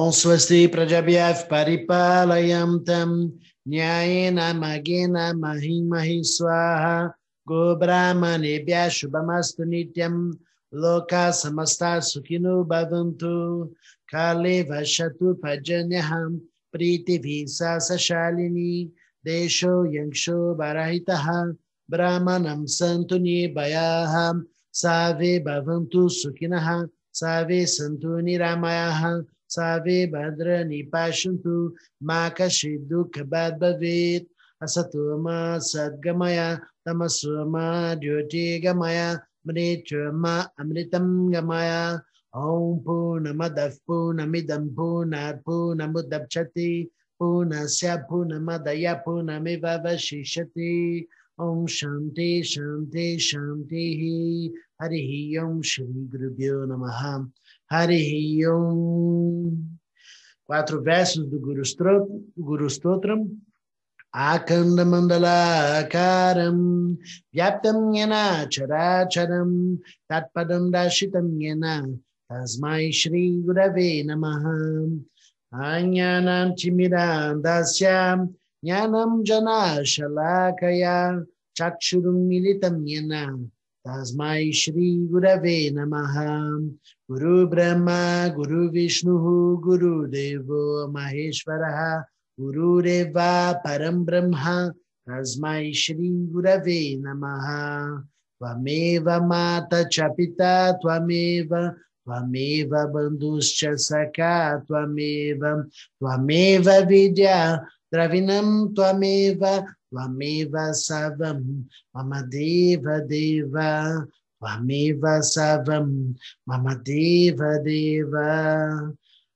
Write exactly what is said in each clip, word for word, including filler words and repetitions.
Om Swasti Prajabhyav Paripalayam Tam Nyayena Magena Mahim Mahi Swaha Go Brahmanebhya Shubhamastu Nityam Loka Samasta Sukhino Bhavantu Kale Vashatu Pajanyaham Priti Visa Sashalini Desho Yangsho Barahitaha Brahmanam Santu Nibayaham Save Bhavantu Sukhinaha Save Santu Niramayaha Save Badrani Pashantu Makashiddu Kabad Bhavit Asatuma Sadgamaya Tamasuma Jyoti Gamaya Mrityama Amritam Gamaya Om Purnamadav Purnamidam Purnat Purnamudapchati Purnasya Purnamadaya Purnamiva Vashishati Om Shanti Shanti Shanti Harihi Om Shri Gurubhyo Namaha Harihi Om. Quatro versos do Guru Stotram, Guru Stotram. Akanda Mandala Akaram Vyaptam Yena Characharam Tatpadam Dashitam Yena Tasmai Shri Gurave Namaha Anyanam Chimirandasyam Jnanam Jana Shalakaya Chakshurum Militam Yena Tasmai Shri Gurave Namaha Guru Brahma Guru Vishnu Guru Devo Maheshwaraha Guru Deva Param Brahma Tasmai Shri Gurave Namaha Tvameva Mata Chapita Tvameva Tvameva Bandhuscha Saka Tvameva Tvameva Vidya Dravinam Tvameva Tvameva Savam Mamadeva Deva Tvameva Savam Mamadeva Deva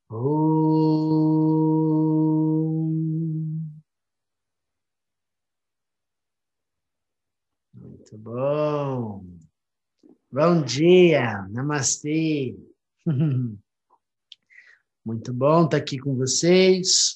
Om. Muito bom. Bom dia. Namastê. Muito bom estar aqui com vocês.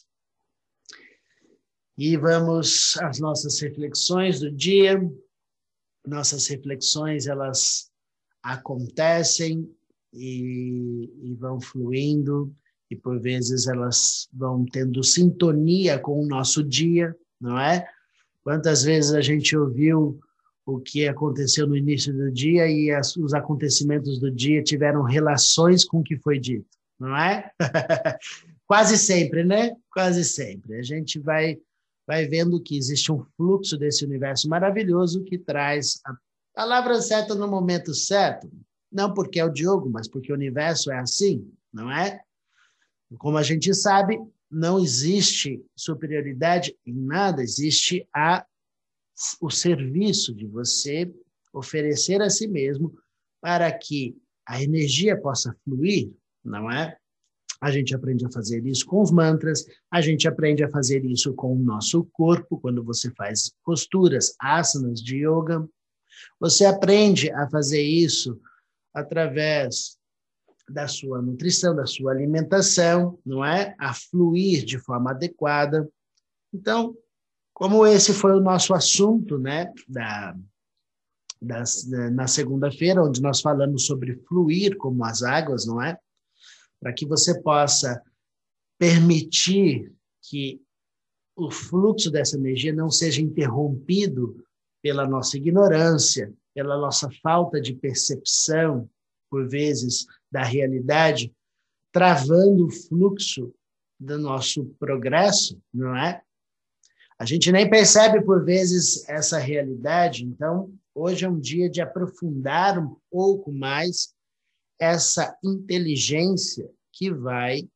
E vamos às nossas reflexões do dia. Nossas reflexões, elas acontecem e, e vão fluindo. E por vezes elas vão tendo sintonia com o nosso dia, não é? Quantas vezes a gente ouviu o que aconteceu no início do dia e as, os acontecimentos do dia tiveram relações com o que foi dito, não é? Quase sempre, né? Quase sempre. A gente vai, vai vendo que existe um fluxo desse universo maravilhoso que traz a palavra certa no momento certo. Não porque é o Diogo, mas porque o universo é assim, não é? Como a gente sabe, não existe superioridade em nada, existe a, o serviço de você oferecer a si mesmo para que a energia possa fluir, não é? A gente aprende a fazer isso com os mantras, a gente aprende a fazer isso com o nosso corpo, quando você faz posturas, asanas de yoga. Você aprende a fazer isso através da sua nutrição, da sua alimentação, não é? A fluir de forma adequada. Então, como esse foi o nosso assunto, né, da, das, da, na segunda-feira, onde nós falamos sobre fluir como as águas, não é? Para que você possa permitir que o fluxo dessa energia não seja interrompido pela nossa ignorância, pela nossa falta de percepção, por vezes, da realidade, travando o fluxo do nosso progresso, não é? A gente nem percebe, por vezes, essa realidade. Então, hoje é um dia de aprofundar um pouco mais essa inteligência que vai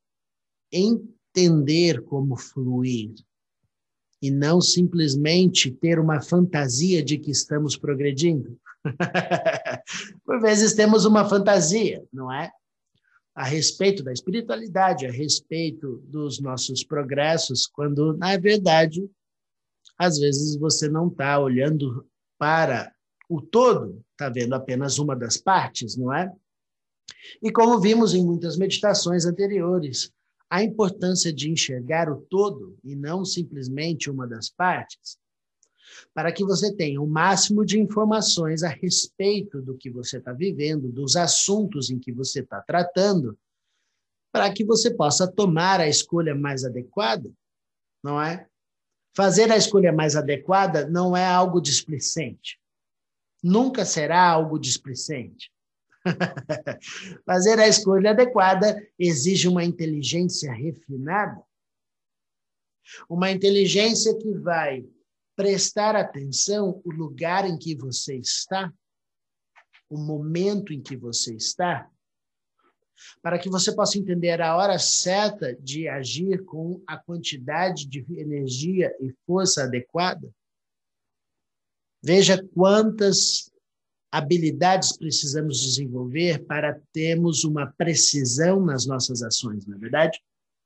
entender como fluir e não simplesmente ter uma fantasia de que estamos progredindo. Por vezes temos uma fantasia, não é? A respeito da espiritualidade, a respeito dos nossos progressos, quando, na verdade, às vezes você não está olhando para o todo, está vendo apenas uma das partes, não é? E como vimos em muitas meditações anteriores, a importância de enxergar o todo e não simplesmente uma das partes, para que você tenha o máximo de informações a respeito do que você está vivendo, dos assuntos em que você está tratando, para que você possa tomar a escolha mais adequada, não é? Fazer a escolha mais adequada não é algo displicente. Nunca será algo displicente. Fazer a escolha adequada exige uma inteligência refinada, uma inteligência que vai prestar atenção no lugar em que você está, o momento em que você está, para que você possa entender a hora certa de agir com a quantidade de energia e força adequada. Veja quantas habilidades precisamos desenvolver para termos uma precisão nas nossas ações, não é verdade?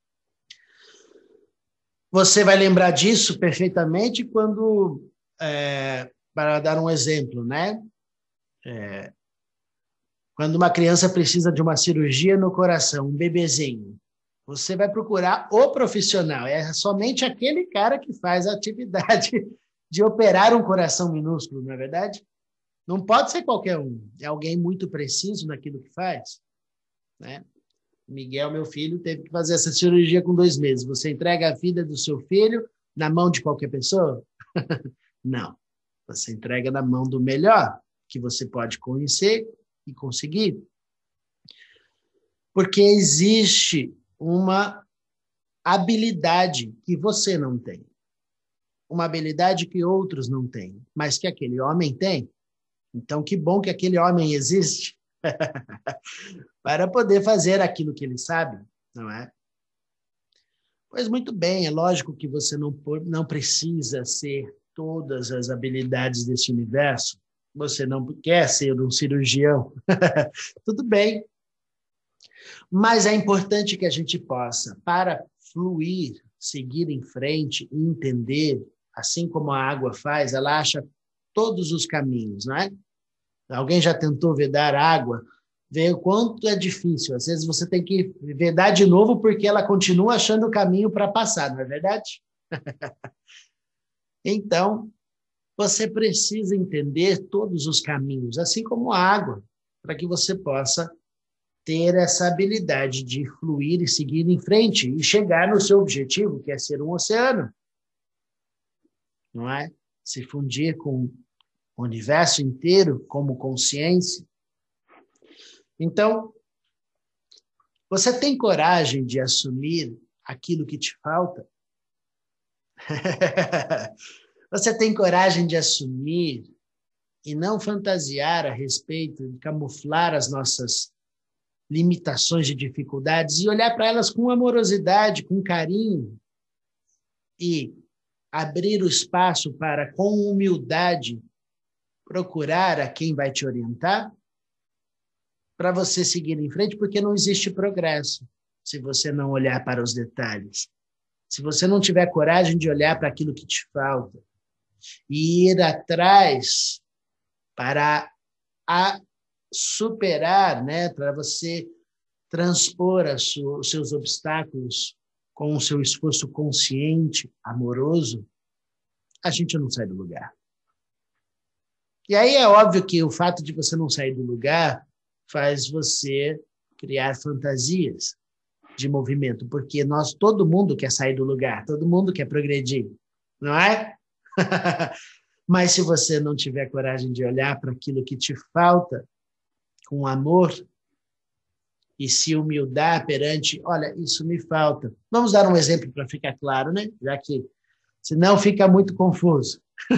Você vai lembrar disso perfeitamente quando, é, para dar um exemplo, né? É, quando uma criança precisa de uma cirurgia no coração, um bebezinho, você vai procurar o profissional. É somente aquele cara que faz a atividade de operar um coração minúsculo, não é verdade? Não pode ser qualquer um. É alguém muito preciso naquilo que faz, né? Miguel, meu filho, teve que fazer essa cirurgia com dois meses. Você entrega a vida do seu filho na mão de qualquer pessoa? Não. Você entrega na mão do melhor que você pode conhecer e conseguir. Porque existe uma habilidade que você não tem. Uma habilidade que outros não têm, mas que aquele homem tem. Então, que bom que aquele homem existe para poder fazer aquilo que ele sabe, não é? Pois muito bem, é lógico que você não, não precisa ser todas as habilidades desse universo. Você não quer ser um cirurgião. Tudo bem. Mas é importante que a gente possa, para fluir, seguir em frente e entender, assim como a água faz, ela acha todos os caminhos, não é? Alguém já tentou vedar água? Vê o quanto é difícil. Às vezes você tem que vedar de novo porque ela continua achando o caminho para passar, não é verdade? Então, você precisa entender todos os caminhos, assim como a água, para que você possa ter essa habilidade de fluir e seguir em frente e chegar no seu objetivo, que é ser um oceano. Não é? Se fundir com o universo inteiro como consciência. Então, você tem coragem de assumir aquilo que te falta? Você tem coragem de assumir e não fantasiar a respeito, de camuflar as nossas limitações e dificuldades e olhar para elas com amorosidade, com carinho e abrir o espaço para, com humildade, procurar a quem vai te orientar para você seguir em frente, porque não existe progresso se você não olhar para os detalhes. Se você não tiver coragem de olhar para aquilo que te falta e ir atrás para a superar, né, para você transpor a sua, os seus obstáculos com o seu esforço consciente, amoroso, a gente não sai do lugar. E aí é óbvio que o fato de você não sair do lugar faz você criar fantasias de movimento, porque nós, todo mundo quer sair do lugar, todo mundo quer progredir, não é? Mas se você não tiver coragem de olhar para aquilo que te falta com amor e se humildar perante, olha, isso me falta. Vamos dar um exemplo para ficar claro, né? Já que senão fica muito confuso.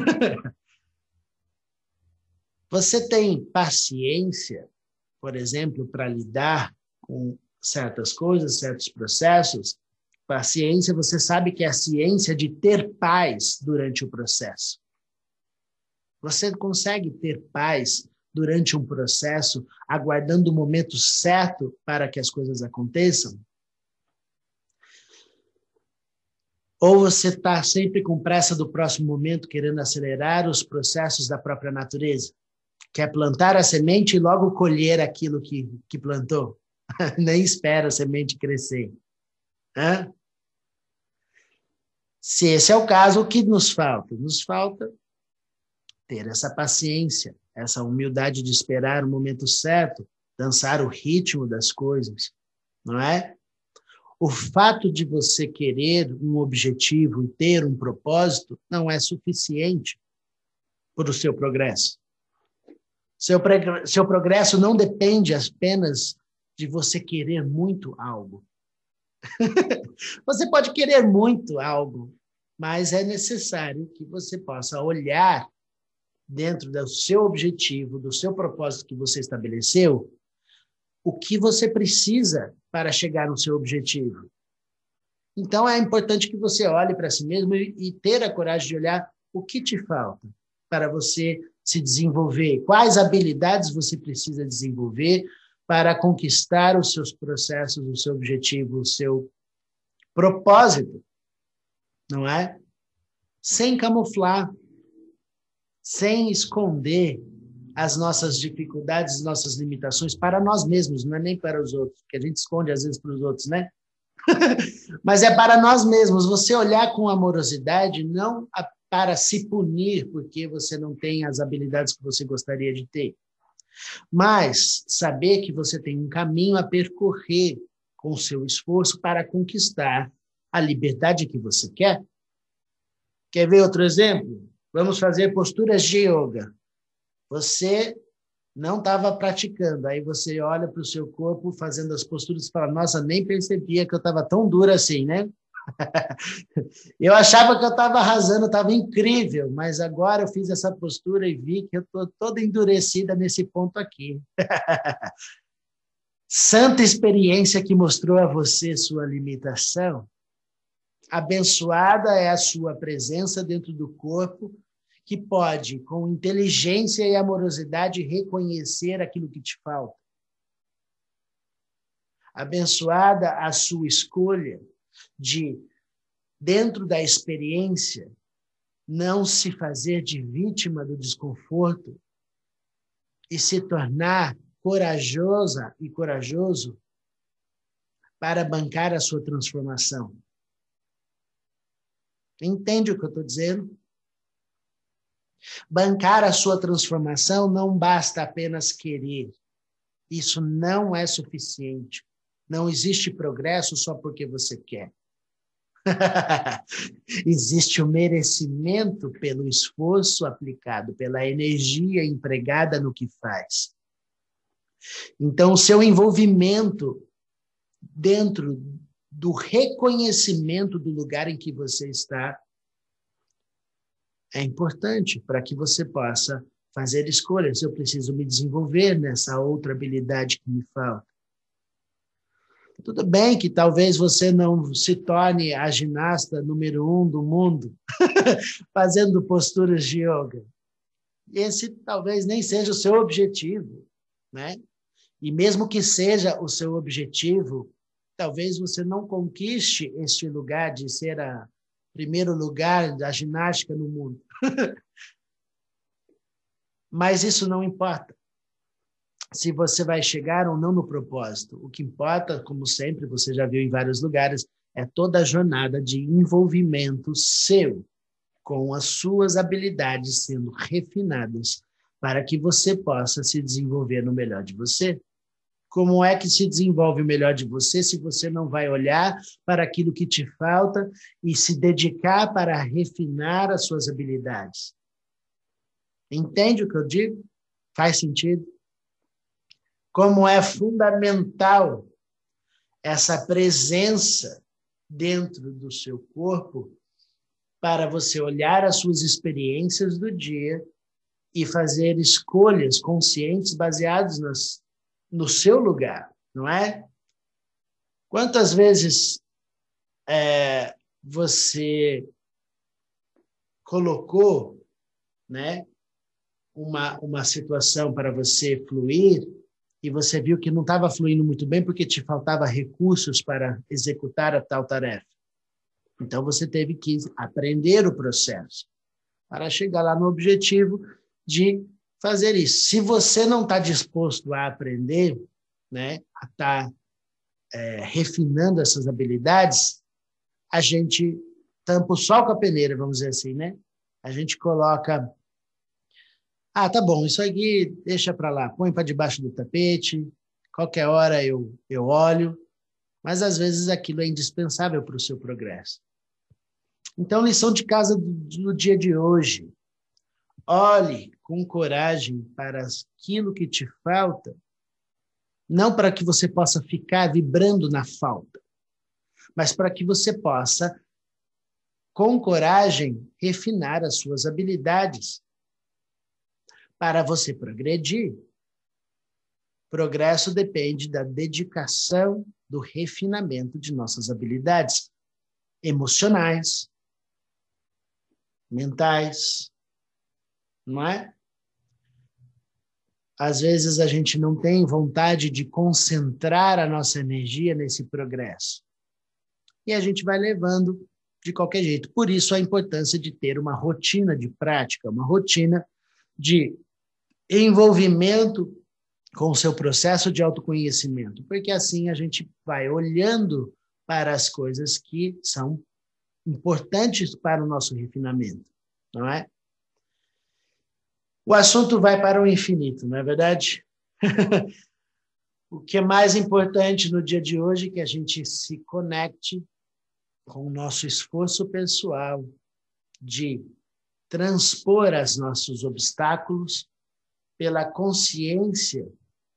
Você tem paciência, por exemplo, para lidar com certas coisas, certos processos? Paciência, você sabe que é a ciência de ter paz durante o processo. Você consegue ter paz durante um processo, aguardando o momento certo para que as coisas aconteçam? Ou você está sempre com pressa do próximo momento, querendo acelerar os processos da própria natureza? Quer plantar a semente e logo colher aquilo que, que plantou? Nem espera a semente crescer. Hã? Se esse é o caso, o que nos falta? Nos falta ter essa paciência, essa humildade de esperar o momento certo, dançar o ritmo das coisas, não é? O fato de você querer um objetivo e ter um propósito não é suficiente para o seu progresso. Seu, seu progresso não depende apenas de você querer muito algo. Você pode querer muito algo, mas é necessário que você possa olhar dentro do seu objetivo, do seu propósito que você estabeleceu, o que você precisa para chegar no seu objetivo. Então, é importante que você olhe para si mesmo e, e ter a coragem de olhar o que te falta para você se desenvolver, quais habilidades você precisa desenvolver para conquistar os seus processos, o seu objetivo, o seu propósito, não é? Sem camuflar, sem esconder as nossas dificuldades, nossas limitações para nós mesmos, não é nem para os outros, que a gente esconde às vezes para os outros, né? Mas é para nós mesmos, você olhar com amorosidade, não para se punir porque você não tem as habilidades que você gostaria de ter, mas saber que você tem um caminho a percorrer com o seu esforço para conquistar a liberdade que você quer. Quer ver outro exemplo? Vamos fazer posturas de yoga. Você não estava praticando, aí você olha para o seu corpo fazendo as posturas e fala, nossa, nem percebia que eu estava tão dura assim, né? Eu achava que eu estava arrasando, estava incrível, mas agora eu fiz essa postura e vi que eu estou toda endurecida nesse ponto aqui. Santa experiência que mostrou a você sua limitação. Abençoada é a sua presença dentro do corpo, que pode, com inteligência e amorosidade, reconhecer aquilo que te falta. Abençoada a sua escolha de, dentro da experiência, não se fazer de vítima do desconforto e se tornar corajosa e corajoso para bancar a sua transformação. Entende o que eu estou dizendo? Bancar a sua transformação não basta apenas querer. Isso não é suficiente. Não existe progresso só porque você quer. Existe o merecimento pelo esforço aplicado, pela energia empregada no que faz. Então, o seu envolvimento dentro do reconhecimento do lugar em que você está é importante para que você possa fazer escolhas. Eu preciso me desenvolver nessa outra habilidade que me falta. Tudo bem que talvez você não se torne a ginasta número um do mundo, fazendo posturas de yoga. Esse talvez nem seja o seu objetivo, né? E mesmo que seja o seu objetivo, talvez você não conquiste este lugar de ser a primeiro lugar da ginástica no mundo. Mas isso não importa. Se você vai chegar ou não no propósito. O que importa, como sempre, você já viu em vários lugares, é toda a jornada de envolvimento seu com as suas habilidades sendo refinadas para que você possa se desenvolver no melhor de você. Como é que se desenvolve o melhor de você se você não vai olhar para aquilo que te falta e se dedicar para refinar as suas habilidades? Entende o que eu digo? Faz sentido? Como é fundamental essa presença dentro do seu corpo para você olhar as suas experiências do dia e fazer escolhas conscientes baseadas nas no seu lugar, não é? Quantas vezes é, você colocou, né, uma, uma situação para você fluir e você viu que não estava fluindo muito bem porque te faltava recursos para executar a tal tarefa. Então, você teve que aprender o processo para chegar lá no objetivo de fazer isso. Se você não está disposto a aprender, né, a estar tá, é, refinando essas habilidades, a gente tampa o sol com a peneira, vamos dizer assim, né? A gente coloca, ah, tá bom, isso aqui deixa para lá, põe para debaixo do tapete, qualquer hora eu, eu olho, mas às vezes aquilo é indispensável para o seu progresso. Então, lição de casa no dia de hoje. Olhe com coragem para aquilo que te falta, não para que você possa ficar vibrando na falta, mas para que você possa, com coragem, refinar as suas habilidades, para você progredir. Progresso depende da dedicação, do refinamento de nossas habilidades emocionais, mentais, não é? Às vezes a gente não tem vontade de concentrar a nossa energia nesse progresso. E a gente vai levando de qualquer jeito. Por isso a importância de ter uma rotina de prática, uma rotina de envolvimento com o seu processo de autoconhecimento, porque assim a gente vai olhando para as coisas que são importantes para o nosso refinamento, não é? O assunto vai para o infinito, não é verdade? O que é mais importante no dia de hoje é que a gente se conecte com o nosso esforço pessoal de transpor os nossos obstáculos pela consciência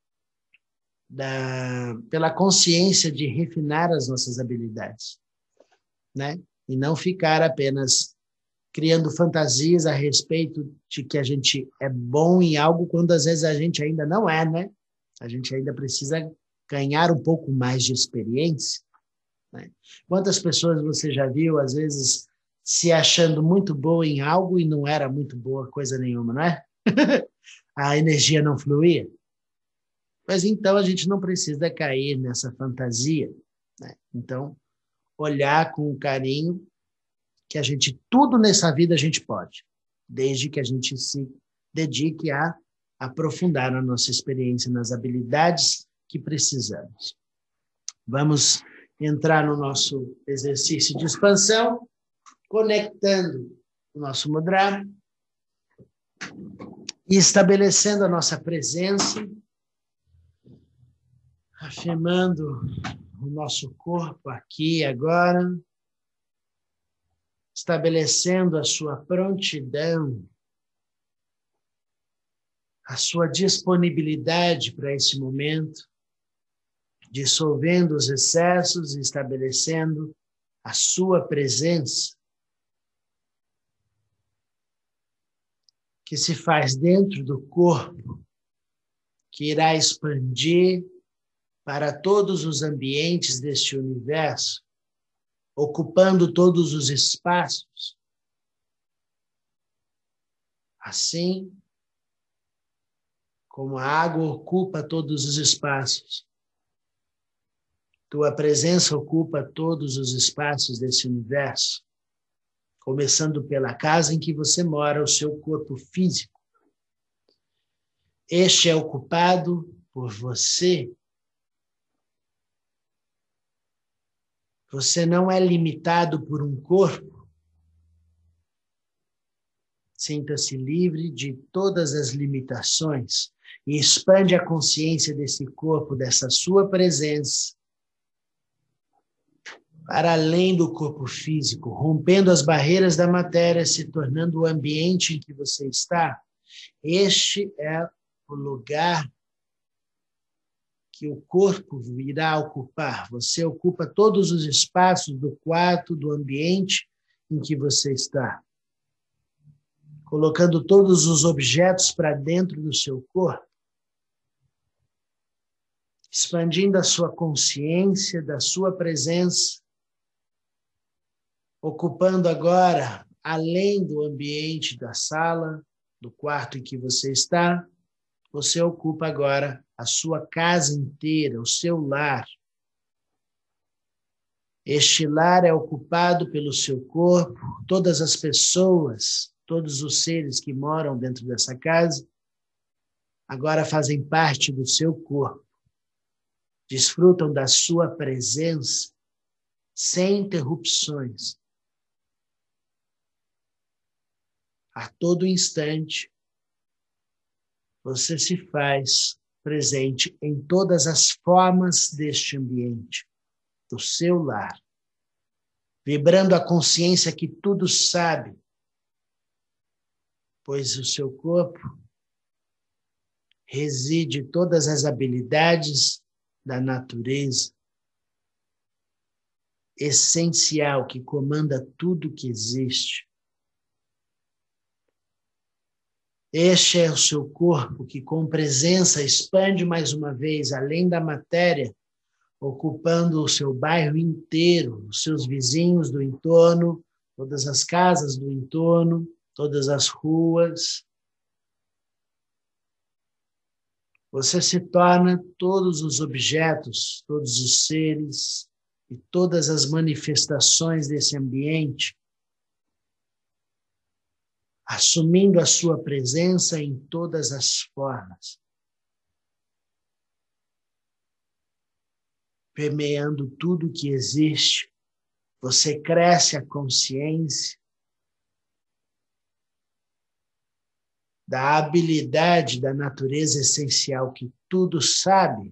da, pela consciência de refinar as nossas habilidades, né? E não ficar apenas criando fantasias a respeito de que a gente é bom em algo, quando às vezes a gente ainda não é, né? A gente ainda precisa ganhar um pouco mais de experiência, né? Quantas pessoas você já viu, às vezes, se achando muito boa em algo e não era muito boa coisa nenhuma, não é? A energia não fluía. Mas então a gente não precisa cair nessa fantasia, né? Então, olhar com carinho que a gente, tudo nessa vida a gente pode, desde que a gente se dedique a aprofundar a nossa experiência nas habilidades que precisamos. Vamos entrar no nosso exercício de expansão, conectando o nosso mudra e estabelecendo a nossa presença, afirmando o nosso corpo aqui e agora, estabelecendo a sua prontidão, a sua disponibilidade para esse momento, dissolvendo os excessos e estabelecendo a sua presença, que se faz dentro do corpo, que irá expandir para todos os ambientes deste universo, ocupando todos os espaços. Assim como a água ocupa todos os espaços, tua presença ocupa todos os espaços desse universo, começando pela casa em que você mora, o seu corpo físico. Este é ocupado por você. Você não é limitado por um corpo. Sinta-se livre de todas as limitações e expande a consciência desse corpo, dessa sua presença, para além do corpo físico, rompendo as barreiras da matéria, se tornando o ambiente em que você está. Este é o lugar que o corpo irá ocupar. Você ocupa todos os espaços do quarto, do ambiente em que você está, colocando todos os objetos para dentro do seu corpo, expandindo a sua consciência da sua presença, ocupando agora, além do ambiente da sala, do quarto em que você está, você ocupa agora a sua casa inteira, o seu lar. Este lar é ocupado pelo seu corpo, todas as pessoas, todos os seres que moram dentro dessa casa, agora fazem parte do seu corpo, desfrutam da sua presença, sem interrupções. A todo instante, você se faz presente em todas as formas deste ambiente. do seu lar, vibrando a consciência que tudo sabe, pois o seu corpo reside todas as habilidades da natureza essencial que comanda tudo que existe. Este é o seu corpo que, com presença, expande mais uma vez além da matéria, ocupando o seu bairro inteiro, os seus vizinhos do entorno, todas as casas do entorno, todas as ruas. Você se torna todos os objetos, todos os seres e todas as manifestações desse ambiente, assumindo a sua presença em todas as formas, permeando tudo que existe. Você cresce a consciência da habilidade da natureza essencial que tudo sabe,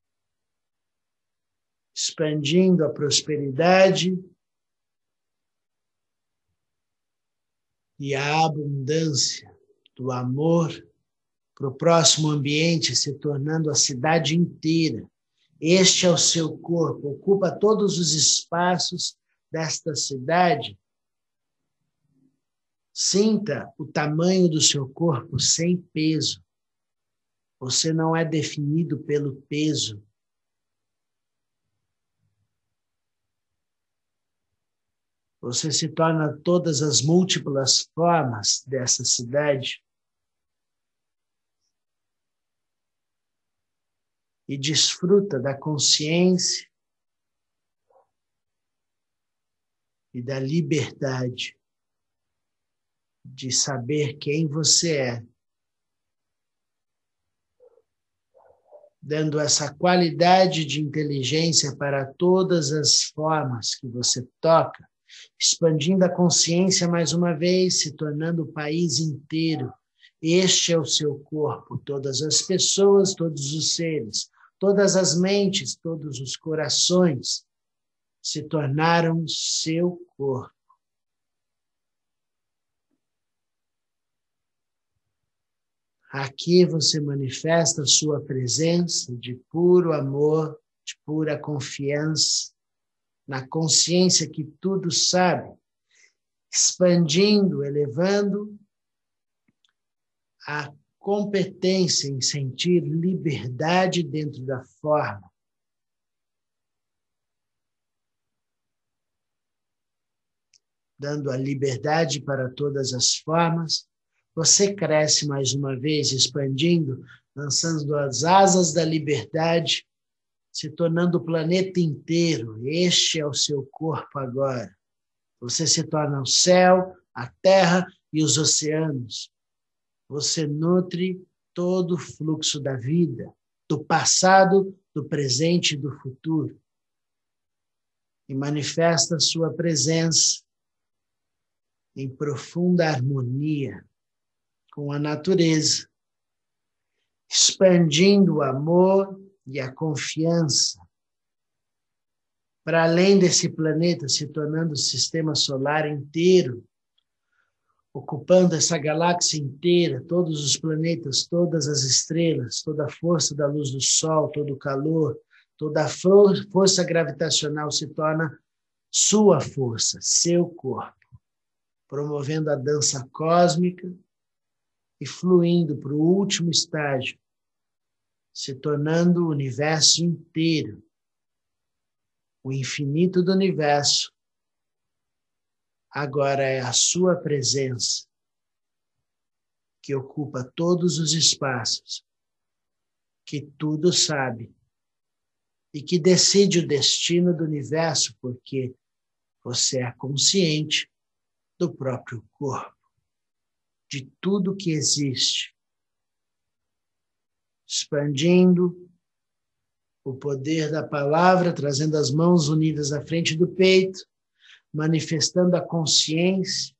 expandindo a prosperidade e a abundância do amor para o próximo ambiente, se tornando a cidade inteira. Este é o seu corpo, ocupa todos os espaços desta cidade. Sinta o tamanho do seu corpo sem peso. Você não é definido pelo peso. Você se torna todas as múltiplas formas dessa cidade e desfruta da consciência e da liberdade de saber quem você é, dando essa qualidade de inteligência para todas as formas que você toca, expandindo a consciência mais uma vez, se tornando o país inteiro. Este é o seu corpo, todas as pessoas, todos os seres, todas as mentes, todos os corações se tornaram seu corpo. Aqui você manifesta a sua presença de puro amor, de pura confiança, na consciência que tudo sabe, expandindo, elevando a competência em sentir liberdade dentro da forma. Dando a liberdade para todas as formas, você cresce mais uma vez, expandindo, lançando as asas da liberdade, se tornando o planeta inteiro. Este é o seu corpo agora. Você se torna o céu, a terra e os oceanos. Você nutre todo o fluxo da vida, do passado, do presente e do futuro. E manifesta a sua presença em profunda harmonia com a natureza, expandindo o amor e a confiança para além desse planeta, se tornando o sistema solar inteiro, ocupando essa galáxia inteira, todos os planetas, todas as estrelas, toda a força da luz do sol, todo o calor, toda a força gravitacional se torna sua força, seu corpo, promovendo a dança cósmica e fluindo para o último estágio, se tornando o universo inteiro, o infinito do universo. Agora é a sua presença que ocupa todos os espaços, que tudo sabe e que decide o destino do universo, porque você é consciente do próprio corpo, de tudo que existe, expandindo o poder da palavra, trazendo as mãos unidas à frente do peito, manifestando a consciência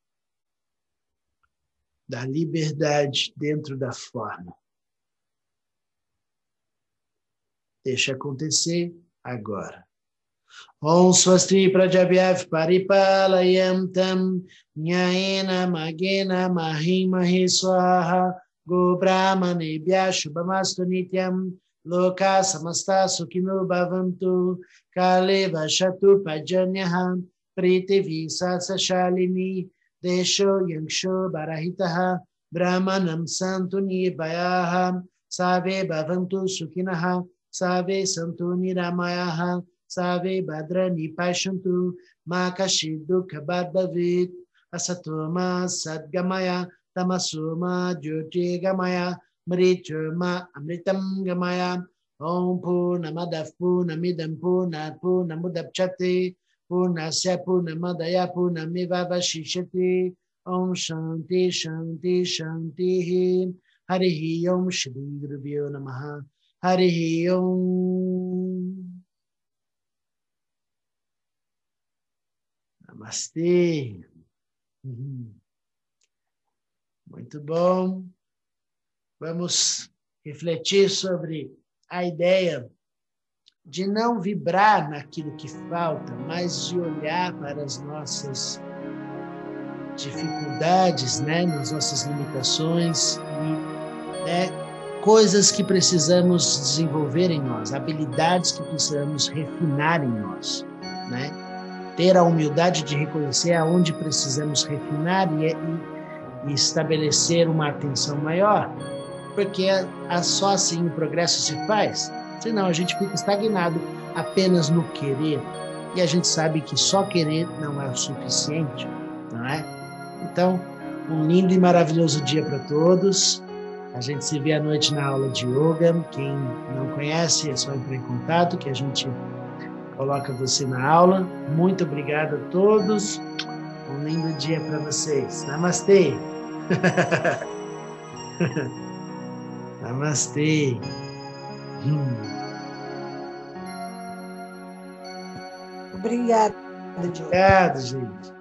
da liberdade dentro da forma. Deixa acontecer agora. Om Swasti Prajabhyav Paripalayam Tam Nyayena Magena Mahi Mahi Swaha Go Brahmanebhya Shubhamastu Nityam Loka Samasta Sukhino Bhavantu Kale Vashatu Pajanyaha Pritivi Sasashalini Desho Yangsho Barahitaha Brahmanam Santu Nirbayaha Save Bhavantu Sukhinaha Save Santu Niramayaha Save Badrani Pashantu Makashidu Kabadavit Asatoma Sadgamaya Tamasoma Jyoti Gamaya Mrityurma Amritam Gamaya Om Purnamadav Purnamidam Purnat Purnamudapchati Purnasya Purnamadaya Purnamivavashishati Om Shanti Shanti Shanti Harihi Om Shri Gurubhyo Namaha Harihi Om Namastê. Uhum. Muito bom. Vamos refletir sobre a ideia de não vibrar naquilo que falta, mas de olhar para as nossas dificuldades, né, nas nossas limitações e né, coisas que precisamos desenvolver em nós, habilidades que precisamos refinar em nós, né? Ter a humildade de reconhecer aonde precisamos refinar e, e, e estabelecer uma atenção maior, porque é só assim o progresso se faz, senão a gente fica estagnado apenas no querer, e a gente sabe que só querer não é o suficiente, não é? Então, um lindo e maravilhoso dia para todos, a gente se vê à noite na aula de yoga, quem não conhece é só entrar em contato que a gente coloca você na aula. Muito obrigado a todos. Um lindo dia para vocês. Namastê. Namastê. Hum. Obrigada, Diogo. Obrigado, gente.